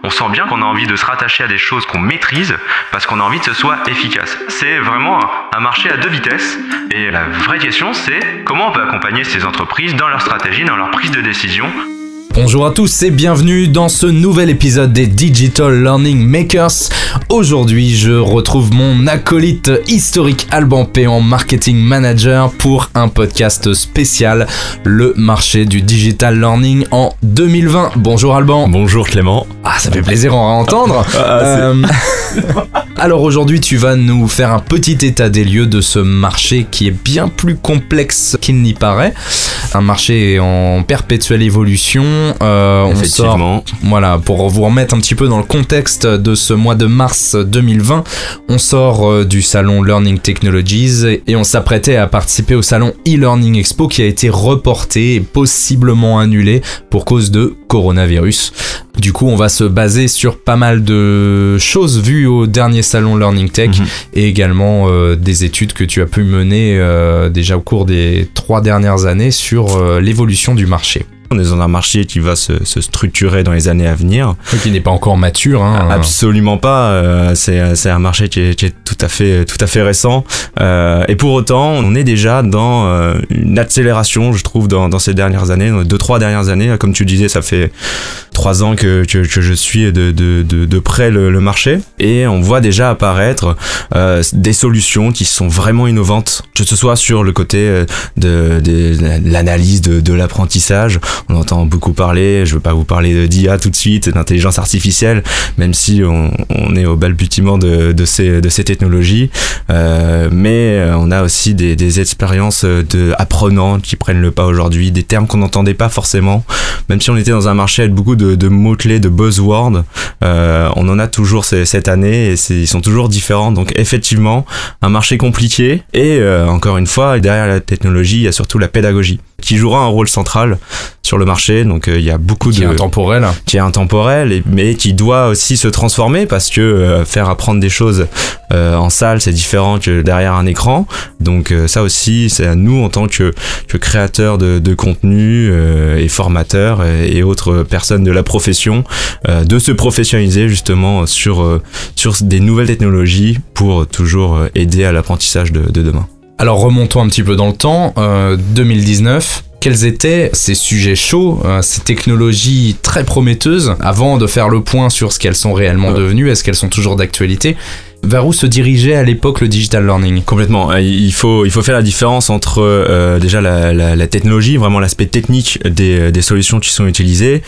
On sent bien qu'on a envie de se rattacher à des choses qu'on maîtrise parce qu'on a envie que ce soit efficace. C'est vraiment un marché à deux vitesses. Et la vraie question, c'est comment on peut accompagner ces entreprises dans leur stratégie, dans leur prise de décision. Bonjour à tous et bienvenue dans ce nouvel épisode des Digital Learning Makers. Aujourd'hui, je retrouve mon acolyte historique Alban Péan, Marketing Manager, pour un podcast spécial, le marché du Digital Learning en 2020. Bonjour Alban. Bonjour Clément. Ah, ça fait plaisir à entendre. Alors aujourd'hui, tu vas nous faire un petit état des lieux de ce marché qui est bien plus complexe qu'il n'y paraît. Un marché en perpétuelle évolution. Effectivement. Voilà, pour vous remettre un petit peu dans le contexte de ce mois de mars 2020, on sort du salon Learning Technologies et on s'apprêtait à participer au salon e-Learning Expo qui a été reporté et possiblement annulé pour cause de coronavirus. Du coup, on va se baser sur pas mal de choses vues au dernier salon Learning Tech et également des études que tu as pu mener déjà au cours des 3 dernières années sur l'évolution du marché. On est dans un marché qui va se structurer dans les années à venir. Qui n'est pas encore mature. Absolument pas. C'est un marché qui est tout à fait récent. Et pour autant, on est déjà dans une accélération, je trouve, dans ces dernières années, 2-3 dernières années. Comme tu disais, ça fait 3 ans que je suis de près le marché. Et on voit déjà apparaître des solutions qui sont vraiment innovantes, que ce soit sur le côté de l'analyse de l'apprentissage. On entend beaucoup parler, je veux pas vous parler d'IA tout de suite, d'intelligence artificielle, même si on est au balbutiement de ces technologies, mais on a aussi des expériences d'apprenants qui prennent le pas aujourd'hui, des termes qu'on n'entendait pas forcément, même si on était dans un marché avec beaucoup de mots-clés, de buzzwords, on en a toujours cette année et ils sont toujours différents, donc effectivement, un marché compliqué et encore une fois, derrière la technologie, il y a surtout la pédagogie qui jouera un rôle central sur le marché, donc il y a beaucoup qui est intemporel, mais qui doit aussi se transformer parce que faire apprendre des choses en salle c'est différent que derrière un écran, donc ça aussi c'est à nous en tant que créateurs de contenu et formateurs et autres personnes de la profession de se professionnaliser justement sur des nouvelles technologies pour toujours aider à l'apprentissage de demain. Alors remontons un petit peu dans le temps, 2019, quels étaient ces sujets chauds, ces technologies très prometteuses, avant de faire le point sur ce qu'elles sont réellement devenues, est-ce qu'elles sont toujours d'actualité ? Vers où se dirigeait à l'époque le digital learning ? Complètement. Il faut faire la différence entre déjà la technologie, vraiment l'aspect technique des solutions qui sont utilisées,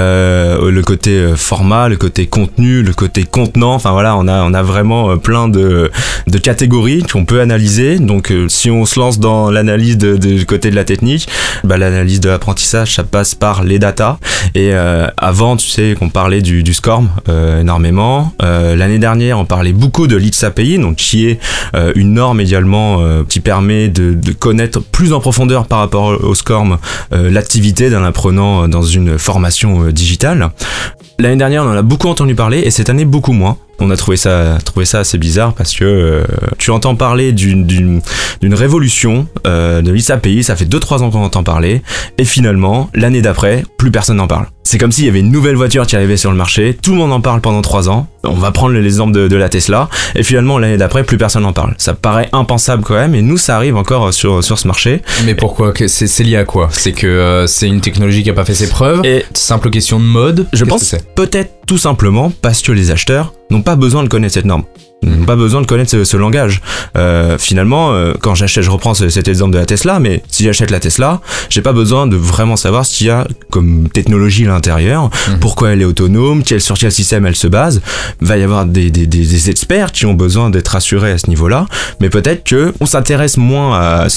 le côté format, le côté contenu, le côté contenant. Enfin voilà, on a vraiment plein de catégories qu'on peut analyser. Donc si on se lance dans l'analyse du côté de la technique, l'analyse de l'apprentissage, ça passe par les datas. Et avant, tu sais qu'on parlait du SCORM énormément. L'année dernière, on parlait beaucoup de l'ITS-API, donc qui est une norme également qui permet de connaître plus en profondeur par rapport au SCORM l'activité d'un apprenant dans une formation digitale. L'année dernière, on en a beaucoup entendu parler et cette année, beaucoup moins. On a trouvé ça assez bizarre parce que tu entends parler d'une révolution de l'ITS-API, ça fait 2-3 ans qu'on entend parler, et finalement, l'année d'après, plus personne n'en parle. C'est comme s'il y avait une nouvelle voiture qui arrivait sur le marché, tout le monde en parle pendant 3 ans, on va prendre l'exemple de la Tesla, et finalement, l'année d'après, plus personne n'en parle. Ça paraît impensable quand même, et nous, ça arrive encore sur ce marché. Mais pourquoi ? C'est lié à quoi ? C'est que c'est une technologie qui n'a pas fait ses preuves ? Et simple question de mode ? Je pense peut-être tout simplement parce que les acheteurs n'ont pas besoin de connaître cette norme. Ils n'ont pas besoin de connaître ce langage. Finalement, quand j'achète, je reprends cet exemple de la Tesla, mais si j'achète la Tesla, j'ai pas besoin de vraiment savoir ce qu'il y a comme technologie à l'intérieur, pourquoi elle est autonome, sur quel système elle se base. Il va y avoir des experts qui ont besoin d'être rassurés à ce niveau-là, mais peut-être que on s'intéresse moins à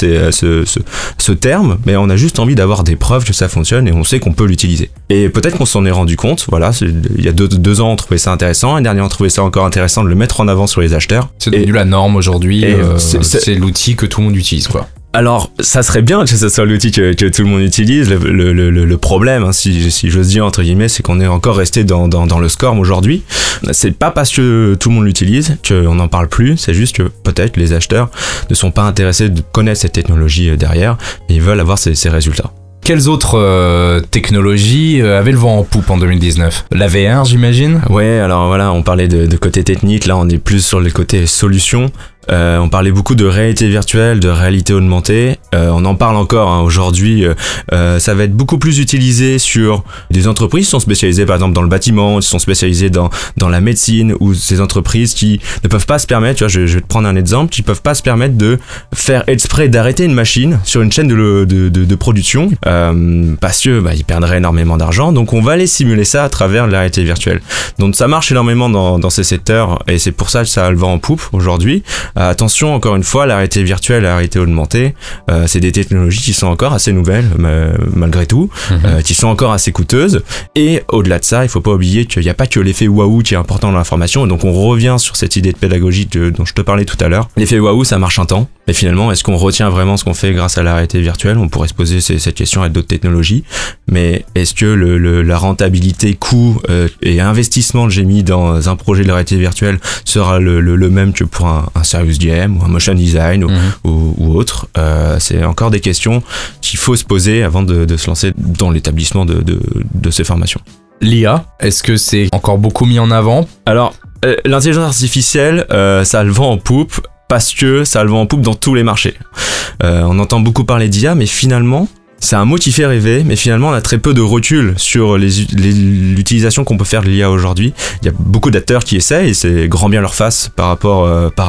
ce terme, mais on a juste envie d'avoir des preuves que ça fonctionne et on sait qu'on peut l'utiliser. Et peut-être qu'on s'en est rendu compte, voilà, il y a 2 ans on trouvait ça intéressant, l'année dernière on trouvait ça encore intéressant de le mettre en avant sur les acheteurs. C'est devenu la norme aujourd'hui, c'est l'outil que tout le monde utilise, quoi. Alors, ça serait bien que ce soit l'outil que tout le monde utilise. Le problème, hein, si j'ose dire, entre guillemets, c'est qu'on est encore resté dans le SCORM aujourd'hui. C'est pas parce que tout le monde l'utilise qu'on n'en parle plus, c'est juste que peut-être les acheteurs ne sont pas intéressés de connaître cette technologie derrière et ils veulent avoir ces résultats. Quelles autres technologies avaient le vent en poupe en 2019 ? La VR, j'imagine ? Ouais, alors voilà, on parlait de côté technique, là on est plus sur le côté solution. On parlait beaucoup de réalité virtuelle, de réalité augmentée. On en parle encore hein, aujourd'hui. Ça va être beaucoup plus utilisé sur des entreprises qui sont spécialisées par exemple dans le bâtiment, qui sont spécialisées dans la médecine, ou ces entreprises qui ne peuvent pas se permettre, tu vois, je vais te prendre un exemple, qui peuvent pas se permettre de faire exprès d'arrêter une machine sur une chaîne de production parce que ils perdraient énormément d'argent. Donc on va aller simuler ça à travers la réalité virtuelle. Donc ça marche énormément dans ces secteurs et c'est pour ça que ça a le vent en poupe aujourd'hui. Attention, encore une fois, la réalité virtuelle et la réalité augmentée, c'est des technologies qui sont encore assez nouvelles, malgré tout, qui sont encore assez coûteuses. Et au-delà de ça, il faut pas oublier qu'il n'y a pas que l'effet waouh qui est important dans l'information. Donc on revient sur cette idée de pédagogie dont je te parlais tout à l'heure. L'effet waouh, ça marche un temps. Mais finalement, est-ce qu'on retient vraiment ce qu'on fait grâce à la réalité virtuelle ? On pourrait se poser cette question avec d'autres technologies. Mais est-ce que la rentabilité, coût et investissement que j'ai mis dans un projet de la réalité virtuelle sera le même que pour un Serious GM ou un motion design ou autre? C'est encore des questions qu'il faut se poser avant de se lancer dans l'établissement de ces formations. L'IA, est-ce que c'est encore beaucoup mis en avant ? Alors, l'intelligence artificielle, ça a le vent en poupe parce que ça a le vent en poupe dans tous les marchés. On entend beaucoup parler d'IA, mais finalement, c'est un mot qui fait rêver, mais finalement on a très peu de recul sur l'utilisation qu'on peut faire de l'IA aujourd'hui. Il y a beaucoup d'acteurs qui essayent et c'est grand bien leur face par rapport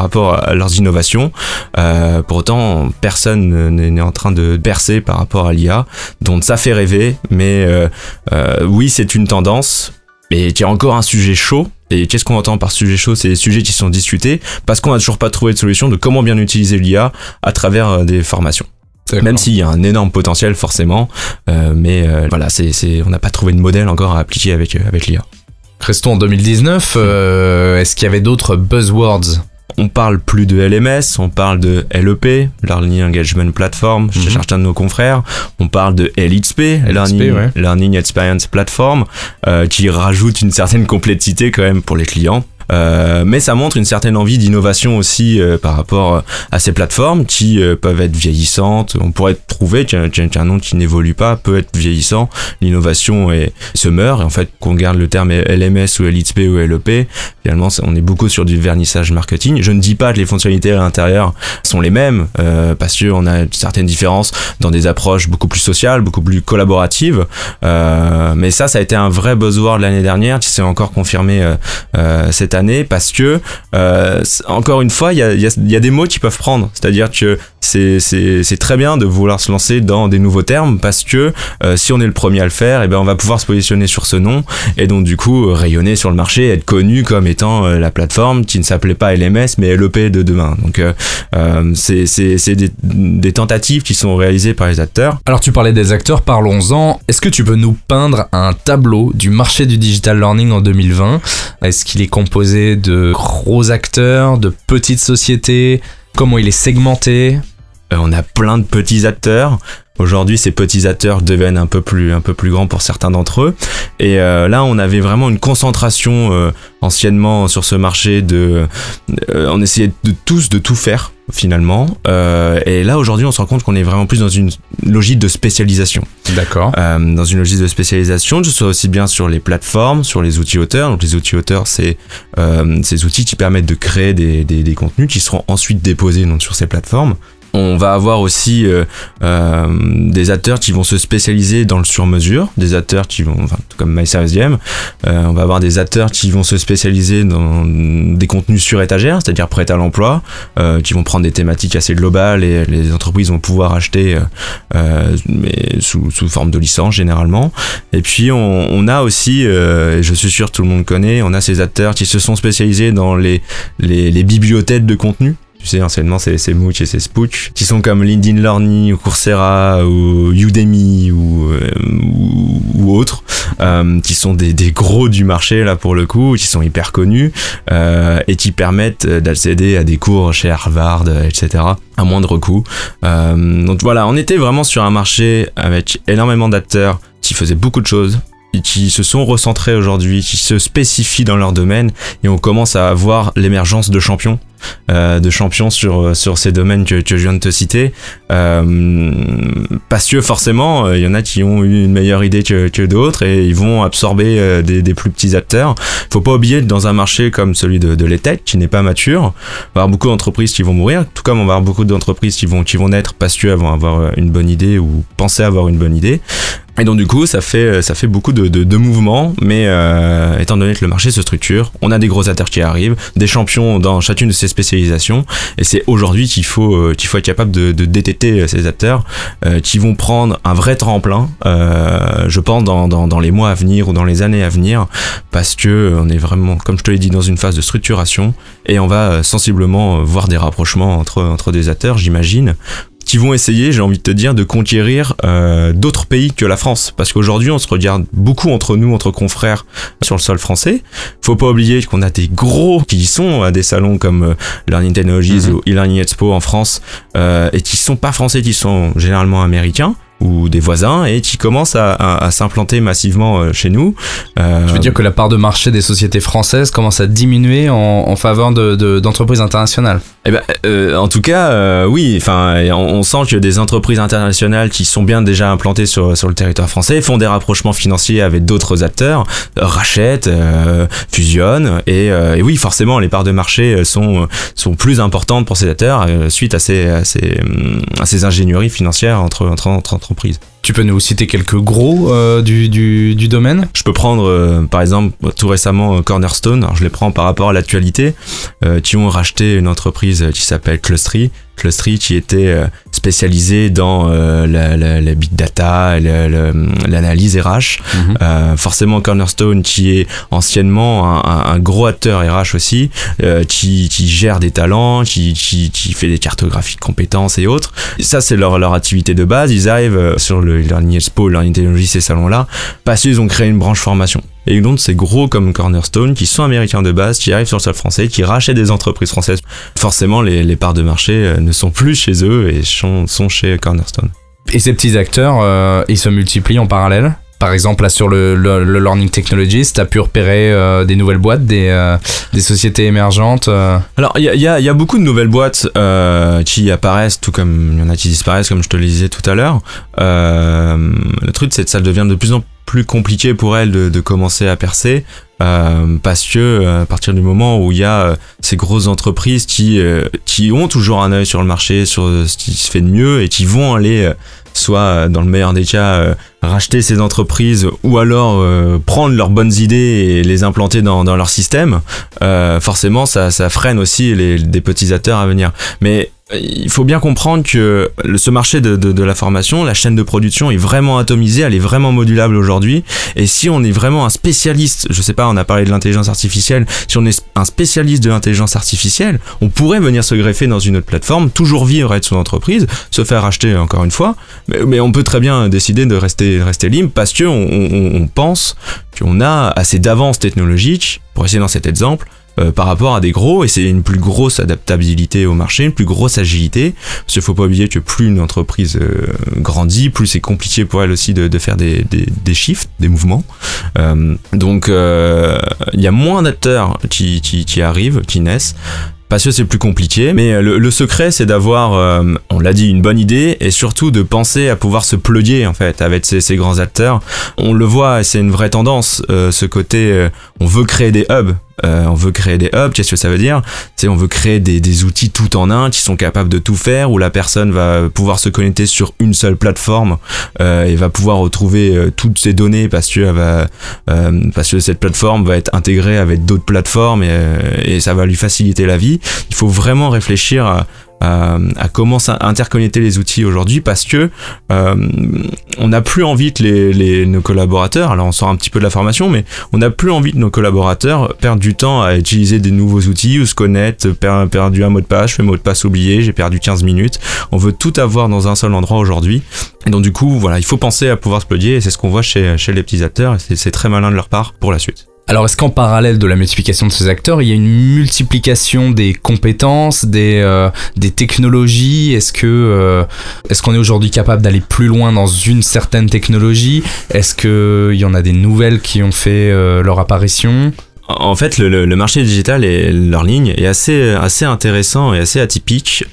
à leurs innovations. Pour autant, personne n'est en train de percer par rapport à l'IA. Donc ça fait rêver, mais oui, c'est une tendance, mais qui est encore un sujet chaud. Et qu'est-ce qu'on entend par sujet chaud ? C'est des sujets qui sont discutés parce qu'on n'a toujours pas trouvé de solution de comment bien utiliser l'IA à travers des formations. D'accord. Même s'il y a un énorme potentiel forcément, mais voilà, on n'a pas trouvé de modèle encore à appliquer avec l'IA. Restons en 2019, est-ce qu'il y avait d'autres buzzwords ? On parle plus de LMS, on parle de LEP, Learning Engagement Platform, chez certains de nos confrères. On parle de LXP, Learning Experience Platform, qui rajoute une certaine complexité quand même pour les clients. Mais ça montre une certaine envie d'innovation aussi par rapport à ces plateformes qui peuvent être vieillissantes. On pourrait trouver qu'un nom qui n'évolue pas peut être vieillissant. L'innovation se meurt. Et en fait, qu'on garde le terme LMS ou LXP ou LEP, finalement, on est beaucoup sur du vernissage marketing. Je ne dis pas que les fonctionnalités à l'intérieur sont les mêmes parce qu'on a certaines différences dans des approches beaucoup plus sociales, beaucoup plus collaboratives. Mais ça a été un vrai buzzword l'année dernière qui s'est encore confirmé cette année parce que encore une fois il y a des mots qui peuvent prendre, c'est-à-dire que c'est très bien de vouloir se lancer dans des nouveaux termes parce que si on est le premier à le faire, et ben on va pouvoir se positionner sur ce nom et donc du coup rayonner sur le marché, être connu comme étant la plateforme qui ne s'appelait pas LMS mais LEP de demain. Donc c'est des tentatives qui sont réalisées par les acteurs. Alors tu parlais des acteurs, parlons-en. Est-ce que tu peux nous peindre un tableau du marché du digital learning en 2020 ? Est-ce qu'il est composé de gros acteurs, de petites sociétés ? Comment il est segmenté ? On a plein de petits acteurs. Aujourd'hui, ces petits acteurs deviennent un peu plus grands pour certains d'entre eux. Et là, on avait vraiment une concentration anciennement sur ce marché on essayait de tout faire finalement. Et là, aujourd'hui, on se rend compte qu'on est vraiment plus dans une logique de spécialisation. D'accord. Dans une logique de spécialisation, que ce soit aussi bien sur les plateformes, sur les outils auteurs. Donc, les outils auteurs, c'est ces outils qui permettent de créer des contenus qui seront ensuite déposés donc, sur ces plateformes. On va avoir aussi des acteurs qui vont se spécialiser dans le sur-mesure, des acteurs qui vont, comme MyServiceDM, on va avoir des acteurs qui vont se spécialiser dans des contenus sur étagère, c'est-à-dire prêts à l'emploi, qui vont prendre des thématiques assez globales et les entreprises vont pouvoir acheter mais sous forme de licence généralement. Et puis on a aussi, je suis sûr que tout le monde connaît, on a ces acteurs qui se sont spécialisés dans les bibliothèques de contenu. Tu sais, anciennement, c'est Mooch et c'est Spooch, qui sont comme LinkedIn Learning, ou Coursera, ou Udemy, ou autres, qui sont des gros du marché, là, pour le coup, qui sont hyper connus, et qui permettent d'accéder à des cours chez Harvard, etc., à moindre coût. Donc voilà, on était vraiment sur un marché avec énormément d'acteurs qui faisaient beaucoup de choses, qui se sont recentrés aujourd'hui, qui se spécifient dans leur domaine, et on commence à avoir l'émergence de champions. de champions sur ces domaines que je viens de te citer, parce que forcément il y en a qui ont eu une meilleure idée que d'autres et ils vont absorber des plus petits acteurs. Faut pas oublier que dans un marché comme celui de l'EdTech qui n'est pas mature, on va avoir beaucoup d'entreprises qui vont mourir, tout comme on va avoir beaucoup d'entreprises qui vont naître parce qu'elles vont avoir une bonne idée ou penser avoir une bonne idée. Et donc du coup ça fait beaucoup de mouvements, mais étant donné que le marché se structure, on a des gros acteurs qui arrivent, des champions dans chacune de ces spécialisations, et c'est aujourd'hui qu'il faut être capable de détecter ces acteurs qui vont prendre un vrai tremplin, je pense dans les mois à venir ou dans les années à venir, parce que on est vraiment, comme je te l'ai dit, dans une phase de structuration, et on va sensiblement voir des rapprochements entre des acteurs, j'imagine, qui vont essayer, j'ai envie de te dire, de conquérir d'autres pays que la France. Parce qu'aujourd'hui, on se regarde beaucoup entre nous, entre confrères, sur le sol français. Faut pas oublier qu'on a des gros qui sont à des salons comme Learning Technologies ou e-Learning Expo en France, et qui sont pas français, qui sont généralement américains ou des voisins, et qui commencent à s'implanter massivement chez nous. Je veux dire que la part de marché des sociétés françaises commence à diminuer en faveur d'entreprises internationales. Eh ben, en tout cas, oui. Enfin, on sent que des entreprises internationales qui sont bien déjà implantées sur le territoire français font des rapprochements financiers avec d'autres acteurs, rachètent, fusionnent, et oui, forcément, les parts de marché sont plus importantes pour ces acteurs suite à ces ingénieries financières entre entreprises. Tu peux nous citer quelques gros du domaine ? Je peux prendre par exemple tout récemment Cornerstone. Alors je les prends par rapport à l'actualité, qui ont racheté une entreprise qui s'appelle Clustery qui était spécialisée dans la big data, l'analyse RH. Forcément Cornerstone qui est anciennement un gros acteur RH aussi, qui gère des talents, qui fait des cartographies de compétences et autres. Et ça c'est leur activité de base. Ils arrivent sur le Learning Expo, Learning Technologies, ces salons-là, parce qu'ils ont créé une branche formation. Et donc c'est gros comme Cornerstone, qui sont américains de base, qui arrivent sur le sol français, qui rachètent des entreprises françaises. Forcément les parts de marché ne sont plus chez eux et sont chez Cornerstone. Et ces petits acteurs, ils se multiplient en parallèle ? Par exemple, là sur le Learning Technologies, tu as pu repérer des nouvelles boîtes, des sociétés émergentes Alors, il y a beaucoup de nouvelles boîtes qui apparaissent, tout comme il y en a qui disparaissent, comme je te le disais tout à l'heure. Le truc, c'est que ça devient de plus en plus compliqué pour elles de commencer à percer, parce que à partir du moment où il y a ces grosses entreprises qui ont toujours un œil sur le marché, sur ce qui se fait de mieux, et qui vont aller soit dans le meilleur des cas racheter ces entreprises, ou alors prendre leurs bonnes idées et les implanter dans leur système, forcément ça freine aussi des petits acteurs à venir. Mais il faut bien comprendre que ce marché de la formation, la chaîne de production est vraiment atomisée, elle est vraiment modulable aujourd'hui, et si on est vraiment un spécialiste, je sais pas, on a parlé de l'intelligence artificielle, si on est un spécialiste de l'intelligence artificielle, on pourrait venir se greffer dans une autre plateforme, toujours vivre, être son entreprise, se faire acheter encore une fois, mais on peut très bien décider de rester libre, parce que on pense qu'on a assez d'avance technologique, pour essayer dans cet exemple, par rapport à des gros, et c'est une plus grosse adaptabilité au marché, une plus grosse agilité, parce qu'il faut pas oublier que plus une entreprise grandit, plus c'est compliqué pour elle aussi de faire des shifts, des mouvements. Donc il y a moins d'acteurs qui arrivent, qui naissent, parce que c'est plus compliqué, mais le secret c'est d'avoir, on l'a dit, une bonne idée, et surtout de penser à pouvoir se plugger en fait avec ces grands acteurs. On le voit, et c'est une vraie tendance, ce côté, on veut créer des hubs. Qu'est-ce que ça veut dire ? C'est on veut créer des outils tout en un qui sont capables de tout faire, où la personne va pouvoir se connecter sur une seule plateforme et va pouvoir retrouver toutes ses données parce que cette plateforme va être intégrée avec d'autres plateformes et ça va lui faciliter la vie. Il faut vraiment réfléchir à comment interconnecter les outils aujourd'hui, parce que on n'a plus envie que nos collaborateurs, alors on sort un petit peu de la formation, mais on n'a plus envie que nos collaborateurs perdent du temps à utiliser des nouveaux outils ou se connectent, perdu un mot de passe, je fais mot de passe oublié, j'ai perdu 15 minutes. On veut tout avoir dans un seul endroit aujourd'hui. Et donc du coup, voilà, il faut penser à pouvoir se plugger, et c'est ce qu'on voit chez les petits acteurs, et c'est très malin de leur part pour la suite. Alors, est-ce qu'en parallèle de la multiplication de ces acteurs, il y a une multiplication des compétences, des technologies ? Est-ce qu'on est aujourd'hui capable d'aller plus loin dans une certaine technologie ? Est-ce qu'il y en a des nouvelles qui ont fait leur apparition ? En fait, le marché digital et learning est assez intéressant et assez atypique.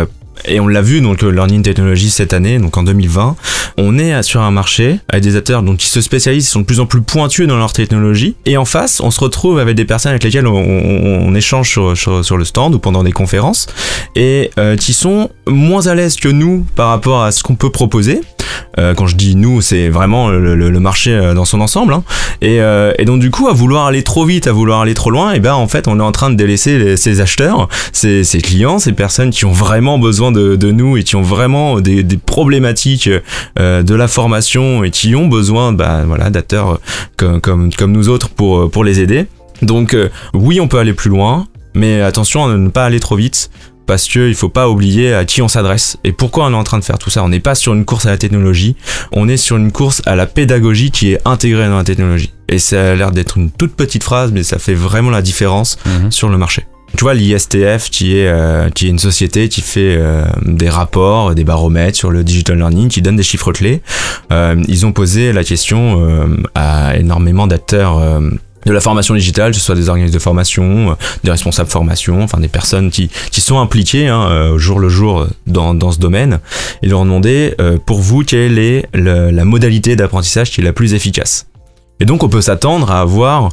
Et on l'a vu, donc, le Learning Technology cette année, donc en 2020. On est sur un marché avec des acteurs donc, qui se spécialisent, qui sont de plus en plus pointus dans leur technologie. Et en face, on se retrouve avec des personnes avec lesquelles on échange sur le stand ou pendant des conférences et qui sont moins à l'aise que nous par rapport à ce qu'on peut proposer. Quand je dis nous, c'est vraiment le marché dans son ensemble, hein. Et donc du coup, à vouloir aller trop vite, à vouloir aller trop loin, et ben en fait, on est en train de délaisser ces acheteurs, ces clients, ces personnes qui ont vraiment besoin de nous et qui ont vraiment des problématiques de la formation et qui ont besoin d'acteurs comme nous autres pour les aider. Donc oui, on peut aller plus loin, mais attention à ne pas aller trop vite. Parce qu'il faut pas oublier à qui on s'adresse et pourquoi on est en train de faire tout ça. On n'est pas sur une course à la technologie, on est sur une course à la pédagogie qui est intégrée dans la technologie. Et ça a l'air d'être une toute petite phrase, mais ça fait vraiment la différence sur le marché. Tu vois, l'ISTF qui est une société qui fait des rapports, des baromètres sur le digital learning, qui donne des chiffres clés. Ils ont posé la question à énormément d'acteurs de la formation digitale, que ce soit des organismes de formation, des responsables formation, enfin des personnes qui sont impliquées au jour le jour dans ce domaine, et leur demander pour vous quelle est la modalité d'apprentissage qui est la plus efficace. Et donc on peut s'attendre à avoir,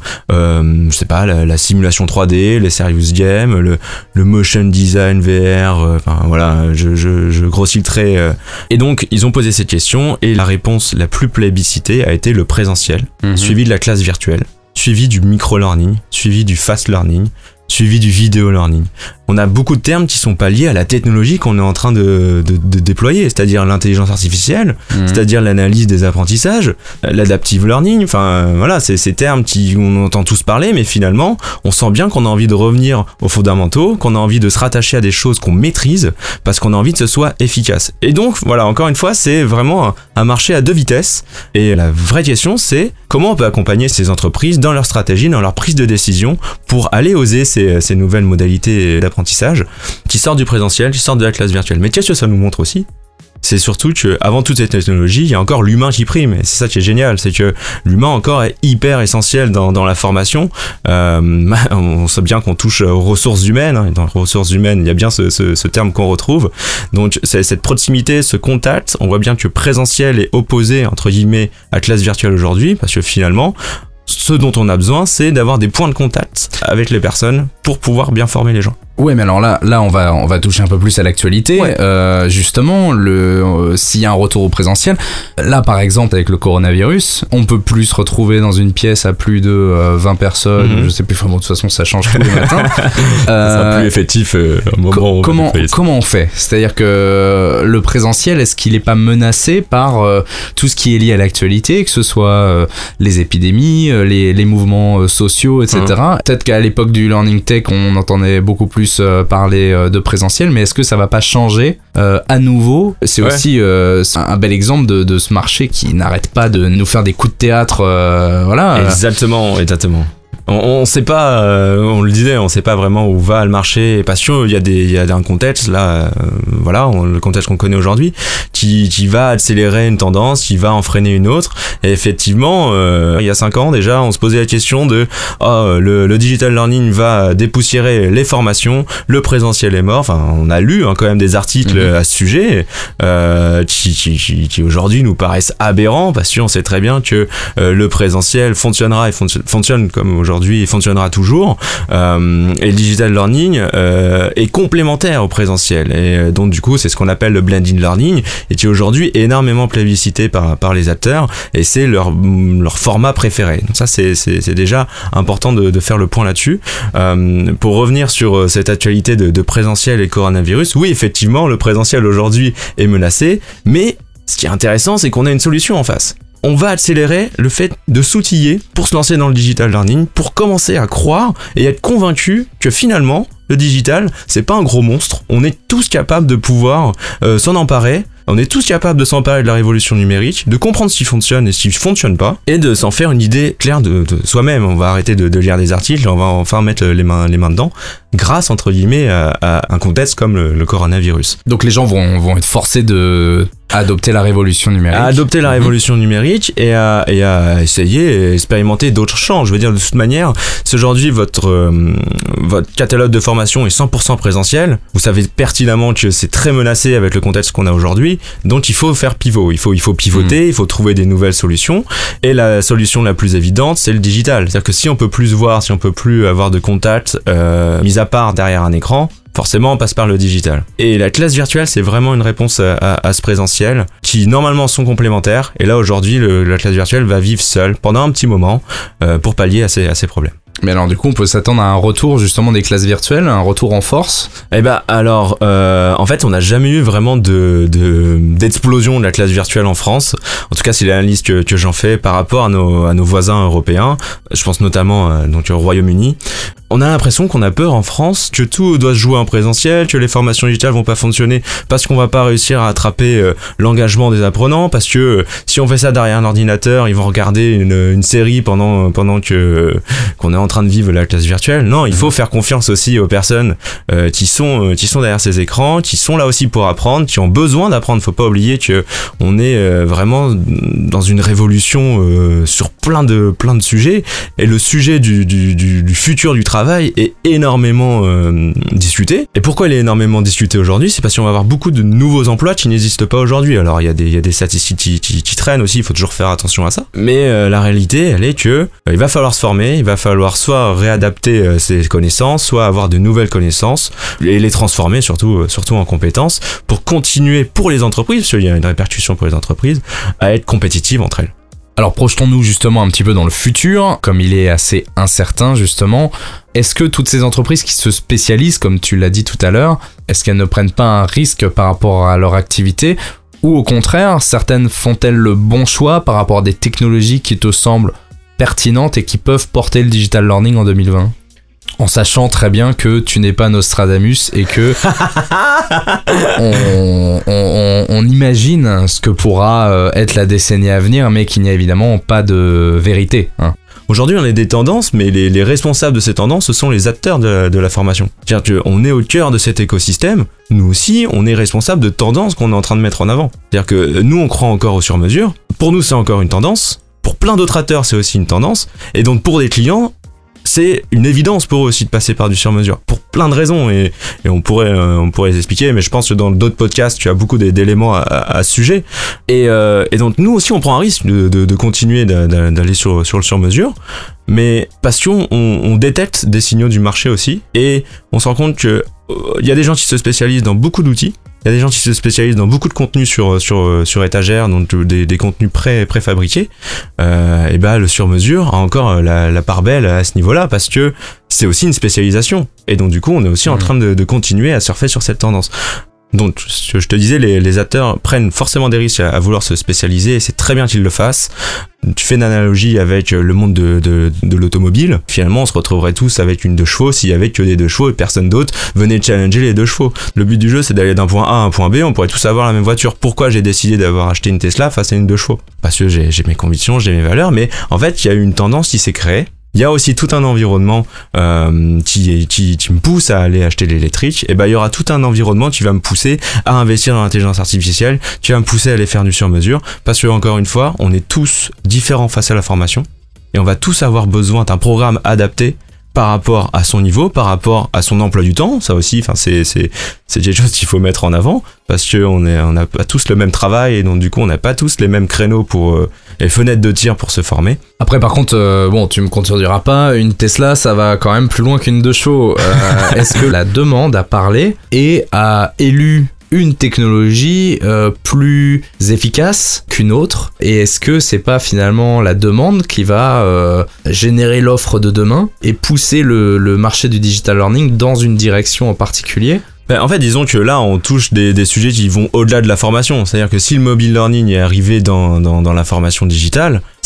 je sais pas, la simulation 3D, les serious games, le motion design VR, enfin voilà, je grossis le trait. Et donc ils ont posé cette question et la réponse la plus plébiscitée a été le présentiel, suivi de la classe virtuelle, suivi du micro-learning, suivi du fast-learning, suivi du vidéo-learning. On a beaucoup de termes qui sont pas liés à la technologie qu'on est en train de déployer, c'est-à-dire l'intelligence artificielle, c'est-à-dire l'analyse des apprentissages, l'adaptive learning, enfin voilà, c'est ces termes on entend tous parler, mais finalement, on sent bien qu'on a envie de revenir aux fondamentaux, qu'on a envie de se rattacher à des choses qu'on maîtrise, parce qu'on a envie que ce soit efficace. Et donc, voilà, encore une fois, c'est vraiment un marché à deux vitesses, et la vraie question, c'est comment on peut accompagner ces entreprises dans leur stratégie, dans leur prise de décision, pour aller oser ces nouvelles modalités d'apprentissage qui sortent du présentiel, qui sortent de la classe virtuelle. Mais qu'est-ce que ça nous montre aussi ? C'est surtout qu'avant toutes ces technologies, il y a encore l'humain qui prime. Et c'est ça qui est génial, c'est que l'humain encore est hyper essentiel dans la formation. On sait bien qu'on touche aux ressources humaines. Hein, et dans les ressources humaines, il y a bien ce terme qu'on retrouve. Donc c'est cette proximité, ce contact, on voit bien que présentiel est opposé, entre guillemets, à classe virtuelle aujourd'hui, parce que finalement, ce dont on a besoin, c'est d'avoir des points de contact avec les personnes pour pouvoir bien former les gens. Ouais, mais alors là on va toucher un peu plus à l'actualité. Ouais. Justement, s'il y a un retour au présentiel, là par exemple avec le coronavirus, on peut plus se retrouver dans une pièce à plus de 20 personnes. Je sais plus vraiment, de toute façon ça change tous les matins. Ça sera plus effectif au moment où comment on fait ? C'est-à-dire que le présentiel, est-ce qu'il est pas menacé par tout ce qui est lié à l'actualité, que ce soit les épidémies, les mouvements sociaux, etc. Peut-être qu'à l'époque du Learning Tech, on entendait beaucoup plus parler de présentiel, mais est-ce que ça va pas changer à nouveau ? C'est aussi un bel exemple de ce marché qui n'arrête pas de nous faire des coups de théâtre, voilà. Exactement. On sait pas, on le disait, on sait pas vraiment où va le marché, parce qu'il y a un contexte là, voilà, le contexte qu'on connaît aujourd'hui, qui va accélérer une tendance, qui va en freiner une autre. Et effectivement, il y a 5 ans déjà, on se posait la question de le digital learning va dépoussiérer les formations, le présentiel est mort. Enfin, on a lu quand même des articles à ce sujet qui aujourd'hui nous paraissent aberrants, parce qu'on sait très bien que le présentiel fonctionnera et fonctionne comme aujourd'hui. Il fonctionnera toujours, et le digital learning est complémentaire au présentiel, et donc du coup c'est ce qu'on appelle le blended learning, et qui est aujourd'hui énormément plébiscité par les acteurs, et c'est leur format préféré. Donc ça c'est déjà important de faire le point là-dessus. Pour revenir sur cette actualité de présentiel et coronavirus, oui effectivement le présentiel aujourd'hui est menacé, mais ce qui est intéressant c'est qu'on a une solution en face. On va accélérer le fait de s'outiller pour se lancer dans le digital learning, pour commencer à croire et être convaincu que finalement, le digital, c'est pas un gros monstre. On est tous capables de pouvoir s'en emparer. On est tous capables de s'emparer de la révolution numérique, de comprendre ce qui fonctionne et ce qui fonctionne pas, et de s'en faire une idée claire de soi-même. On va arrêter de lire des articles, on va enfin mettre les mains dedans. grâce entre guillemets à un contexte comme le coronavirus. Donc les gens vont être forcés à adopter la révolution numérique. À adopter la révolution numérique et à essayer et expérimenter d'autres champs. Je veux dire, de toute manière, si aujourd'hui votre catalogue de formation est 100% présentiel, vous savez pertinemment que c'est très menacé avec le contexte qu'on a aujourd'hui, donc il faut faire pivot, il faut pivoter, il faut trouver des nouvelles solutions, et la solution la plus évidente, c'est le digital. C'est-à-dire que si on peut plus se voir, si on peut plus avoir de contact, mis à part derrière un écran, forcément on passe par le digital. Et la classe virtuelle, c'est vraiment une réponse à ce présentiel, qui normalement sont complémentaires, et là aujourd'hui la classe virtuelle va vivre seule pendant un petit moment pour pallier à ces problèmes. Mais alors du coup on peut s'attendre à un retour justement des classes virtuelles, un retour en force? Eh ben alors en fait on n'a jamais eu vraiment d'explosion de la classe virtuelle en France. En tout cas c'est l'analyse que j'en fais par rapport à nos voisins européens. Je pense notamment donc au Royaume-Uni. On a l'impression qu'on a peur en France que tout doit se jouer en présentiel, que les formations digitales vont pas fonctionner parce qu'on va pas réussir à attraper l'engagement des apprenants, parce que si on fait ça derrière un ordinateur, ils vont regarder une série pendant qu'on est en train de vivre la classe virtuelle. Non, il faut faire confiance aussi aux personnes qui sont derrière ces écrans, qui sont là aussi pour apprendre, qui ont besoin d'apprendre. Faut pas oublier que on est vraiment dans une révolution sur plein de sujets, et le sujet du futur du travail est énormément discuté. Et pourquoi il est énormément discuté aujourd'hui? C'est parce qu'on va avoir beaucoup de nouveaux emplois qui n'existent pas aujourd'hui. Alors il y a des statistiques qui traînent aussi, il faut toujours faire attention à ça. Mais la réalité, elle est que il va falloir se former, il va falloir soit réadapter ses connaissances, soit avoir de nouvelles connaissances et les transformer surtout en compétences pour continuer pour les entreprises, parce qu'il y a une répercussion pour les entreprises, à être compétitives entre elles. Alors projetons-nous justement un petit peu dans le futur, comme il est assez incertain justement. Est-ce que toutes ces entreprises qui se spécialisent, comme tu l'as dit tout à l'heure, est-ce qu'elles ne prennent pas un risque par rapport à leur activité, ou au contraire, certaines font-elles le bon choix par rapport à des technologies qui te semblent pertinentes et qui peuvent porter le digital learning en 2020 ? En sachant très bien que tu n'es pas Nostradamus et que on imagine ce que pourra être la décennie à venir, mais qu'il n'y a évidemment pas de vérité. Hein. Aujourd'hui, on a des tendances, mais les responsables de ces tendances, ce sont les acteurs de la formation. C'est-à-dire qu'on est au cœur de cet écosystème. Nous aussi, on est responsable de tendances qu'on est en train de mettre en avant. C'est-à-dire que nous, on croit encore au sur-mesure. Pour nous, c'est encore une tendance. Pour plein d'autres acteurs, c'est aussi une tendance. Et donc, pour des clients, c'est une évidence pour eux aussi de passer par du sur-mesure, pour plein de raisons, et on pourrait les expliquer, mais je pense que dans d'autres podcasts, tu as beaucoup d'éléments à ce sujet, et donc nous aussi on prend un risque de continuer d'aller sur le sur-mesure, mais parce qu'on détecte des signaux du marché aussi, et on se rend compte que il y a des gens qui se spécialisent dans beaucoup d'outils. Il y a des gens qui se spécialisent dans beaucoup de contenus sur étagère, donc des contenus préfabriqués. Et bah le sur-mesure a encore la part belle à ce niveau-là, parce que c'est aussi une spécialisation. Et donc du coup, on est aussi en train de continuer à surfer sur cette tendance. Donc, je te disais, les acteurs prennent forcément des risques à vouloir se spécialiser, et c'est très bien qu'ils le fassent. Tu fais une analogie avec le monde de l'automobile. Finalement, on se retrouverait tous avec une 2 chevaux s'il y avait que des 2 chevaux et personne d'autre venait challenger les 2 chevaux. Le but du jeu, c'est d'aller d'un point A à un point B. On pourrait tous avoir la même voiture. Pourquoi j'ai décidé d'avoir acheté une Tesla face à une 2 chevaux? Parce que j'ai mes convictions, j'ai mes valeurs, mais en fait, il y a eu une tendance qui s'est créée. Il y a aussi tout un environnement qui me pousse à aller acheter l'électrique, et ben il y aura tout un environnement qui va me pousser à investir dans l'intelligence artificielle, qui va me pousser à aller faire du sur-mesure, parce que encore une fois, on est tous différents face à la formation, et on va tous avoir besoin d'un programme adapté par rapport à son niveau, par rapport à son emploi du temps. Ça aussi, enfin c'est quelque chose qu'il faut mettre en avant, parce que on n'a pas tous le même travail, et donc du coup on n'a pas tous les mêmes créneaux pour les fenêtres de tir pour se former. Après par contre, bon, tu me contrediras pas, une Tesla ça va quand même plus loin qu'une 2 chevaux. Est-ce que la demande a parlé et a élu une technologie plus efficace qu'une autre, et est-ce que c'est pas finalement la demande qui va générer l'offre de demain et pousser le marché du digital learning dans une direction en particulier? En fait, disons que là, on touche des sujets qui vont au-delà de la formation. C'est-à-dire que si le mobile learning est arrivé dans la formation digitale,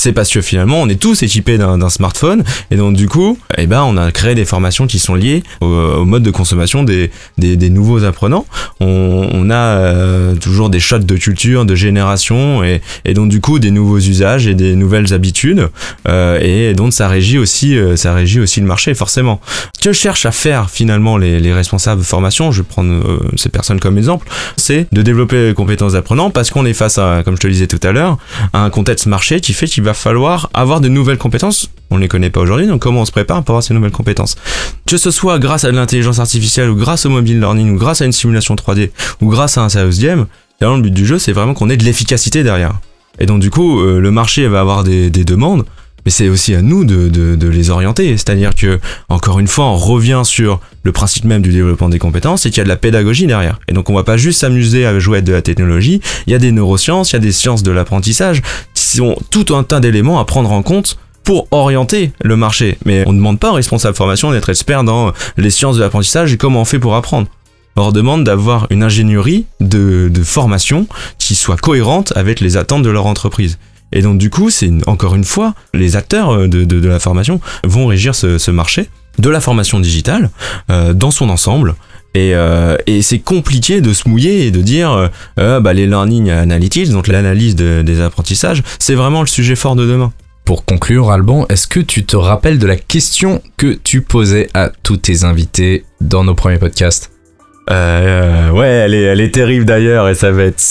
C'est parce que finalement, on est tous équipés d'un smartphone, et donc du coup, on a créé des formations qui sont liées au mode de consommation des nouveaux apprenants. On a toujours des shots de culture, de génération, et donc du coup, des nouveaux usages et des nouvelles habitudes, et donc ça régit aussi le marché, forcément. Ce que cherchent à faire finalement les responsables de formation, je vais prendre ces personnes comme exemple, c'est de développer les compétences d'apprenants, parce qu'on est face à, comme je te le disais tout à l'heure, à un contexte marché qui fait qu'il va falloir avoir de nouvelles compétences. On les connaît pas aujourd'hui, donc comment on se prépare pour avoir ces nouvelles compétences? Que ce soit grâce à de l'intelligence artificielle, ou grâce au mobile learning, ou grâce à une simulation 3D, ou grâce à un serious game, le but du jeu, c'est vraiment qu'on ait de l'efficacité derrière. Et donc du coup, le marché va avoir des demandes, mais c'est aussi à nous de les orienter. C'est-à-dire que, encore une fois, on revient sur le principe même du développement des compétences, et qu'il y a de la pédagogie derrière. Et donc on va pas juste s'amuser à jouer avec de la technologie, il y a des neurosciences, il y a des sciences de l'apprentissage, qui sont tout un tas d'éléments à prendre en compte pour orienter le marché. Mais on ne demande pas aux responsables de formation d'être experts dans les sciences de l'apprentissage et comment on fait pour apprendre. On leur demande d'avoir une ingénierie de formation qui soit cohérente avec les attentes de leur entreprise. Et donc du coup, encore une fois, les acteurs de la formation vont régir ce marché de la formation digitale dans son ensemble. Et c'est compliqué de se mouiller et de dire les learning analytics, donc l'analyse des apprentissages, c'est vraiment le sujet fort de demain. Pour conclure, Alban, est-ce que tu te rappelles de la question que tu posais à tous tes invités dans nos premiers podcasts? Ouais, elle est terrible d'ailleurs, et ça va être...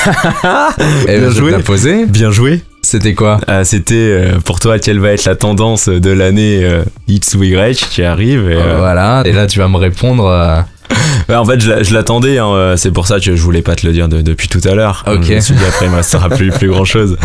Bien joué. Je te la poser. Bien joué. C'était quoi? C'était pour toi, quelle va être la tendance de l'année X ou Y qui arrive, et voilà, et là tu vas me répondre... En fait, je l'attendais, hein, c'est pour ça que je voulais pas te le dire depuis tout à l'heure. Ok. Je me suis dit, après, il me restera plus grand chose.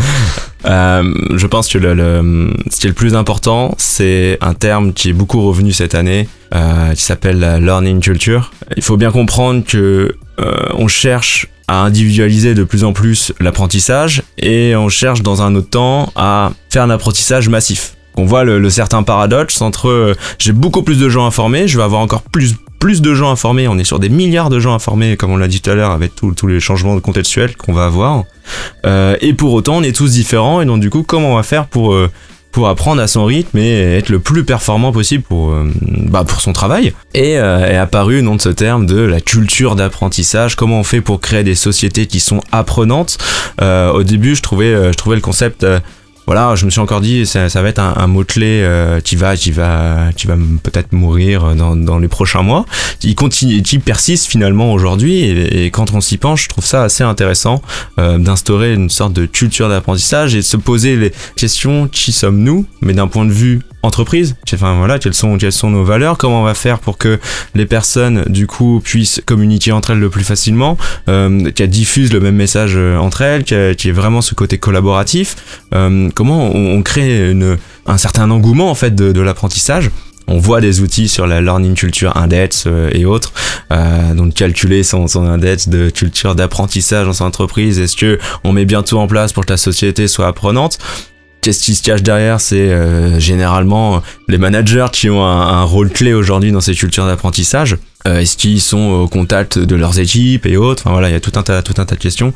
Je pense que ce qui est le plus important, c'est un terme qui est beaucoup revenu cette année, qui s'appelle la learning culture. Il faut bien comprendre que on cherche à individualiser de plus en plus l'apprentissage, et on cherche dans un autre temps à faire un apprentissage massif. On voit le certain paradoxe entre j'ai beaucoup plus de gens informés, je vais avoir encore plus de gens informés, on est sur des milliards de gens informés, comme on l'a dit tout à l'heure, avec tous les changements contextuels qu'on va avoir, et pour autant on est tous différents, et donc du coup comment on va faire pour apprendre à son rythme et être le plus performant possible pour son travail. Et est apparu le nom de ce terme de la culture d'apprentissage. Comment on fait pour créer des sociétés qui sont apprenantes. Au début je trouvais le concept... Voilà, je me suis encore dit, ça va être un mot-clé qui va peut-être mourir dans les prochains mois, qui persiste finalement aujourd'hui, et quand on s'y penche, je trouve ça assez intéressant d'instaurer une sorte de culture d'apprentissage et de se poser les questions, qui sommes-nous, mais d'un point de vue entreprise, enfin voilà, quelles sont nos valeurs, comment on va faire pour que les personnes du coup puissent communiquer entre elles le plus facilement, qu'elles diffusent le même message entre elles, qu'il y ait vraiment ce côté collaboratif, comment on crée un certain engouement en fait de l'apprentissage. On voit des outils sur la Learning Culture Index et autres, donc calculer son index de culture d'apprentissage dans son entreprise. Est-ce que on met bien tout en place pour que la société soit apprenante? Qu'est-ce qui se cache derrière? C'est généralement les managers qui ont un rôle clé aujourd'hui dans ces cultures d'apprentissage. Est-ce qu'ils sont au contact de leurs équipes et autres? Enfin voilà, il y a tout un tas de questions.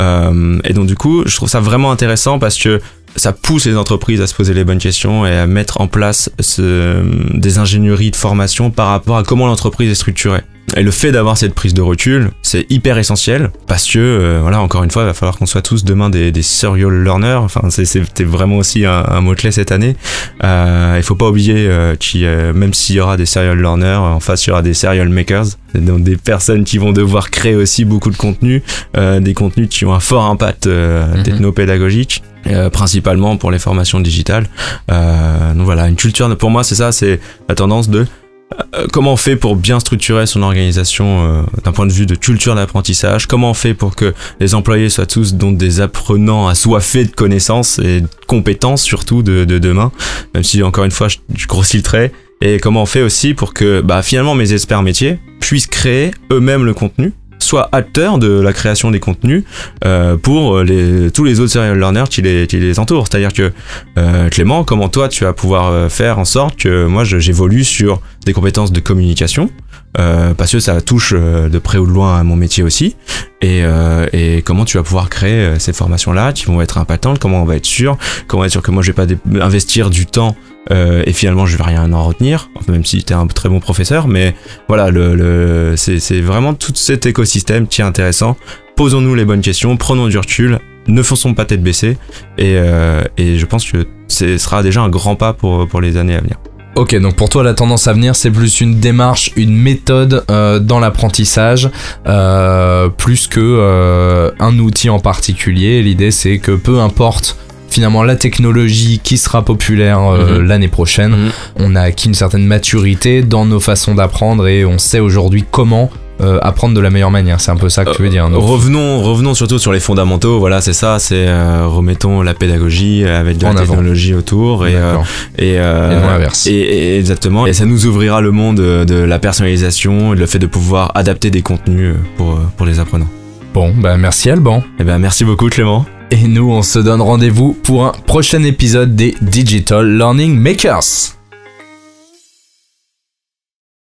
Et donc du coup, je trouve ça vraiment intéressant parce que ça pousse les entreprises à se poser les bonnes questions et à mettre en place des ingénieries de formation par rapport à comment l'entreprise est structurée. Et le fait d'avoir cette prise de recul, c'est hyper essentiel parce que, voilà, encore une fois, il va falloir qu'on soit tous demain des serial learners. Enfin, c'était vraiment aussi un mot-clé cette année. Il faut pas oublier même s'il y aura des serial learners, en face, il y aura des serial makers. Donc des personnes qui vont devoir créer aussi beaucoup de contenu, des contenus qui ont un fort impact technopédagogique. Principalement pour les formations digitales. Donc voilà, une culture, pour moi c'est ça, c'est la tendance de comment on fait pour bien structurer son organisation d'un point de vue de culture d'apprentissage, comment on fait pour que les employés soient tous donc des apprenants assoiffés de connaissances et de compétences surtout de demain, même si encore une fois je grossis le trait, et comment on fait aussi pour que finalement mes experts métiers puissent créer eux-mêmes le contenu sois acteur de la création des contenus pour tous les autres serial learners qui les entourent. C'est-à-dire que Clément, comment toi tu vas pouvoir faire en sorte que moi j'évolue sur des compétences de communication, parce que ça touche de près ou de loin à mon métier aussi, et comment tu vas pouvoir créer ces formations-là qui vont être impactantes, comment on va être sûr que moi je vais pas investir du temps et finalement je vais rien en retenir, même si t'es un très bon professeur, mais voilà, c'est vraiment tout cet écosystème qui est intéressant. Posons-nous les bonnes questions, prenons du recul, ne fonçons pas tête baissée, et je pense que ce sera déjà un grand pas pour les années à venir. Ok, donc pour toi la tendance à venir c'est plus une démarche, une méthode dans l'apprentissage, plus que un outil en particulier. L'idée c'est que peu importe finalement la technologie qui sera populaire l'année prochaine, on a acquis une certaine maturité dans nos façons d'apprendre et on sait aujourd'hui comment apprendre de la meilleure manière. C'est un peu ça que tu veux dire. Donc. Revenons surtout sur les fondamentaux. Voilà, c'est ça. C'est remettons la pédagogie avec de la technologie autour et non l'inverse. Et exactement. Et ça nous ouvrira le monde de la personnalisation et le fait de pouvoir adapter des contenus pour les apprenants. Bon, bah merci Alban. Et ben merci beaucoup Clément. Et nous, on se donne rendez-vous pour un prochain épisode des Digital Learning Makers.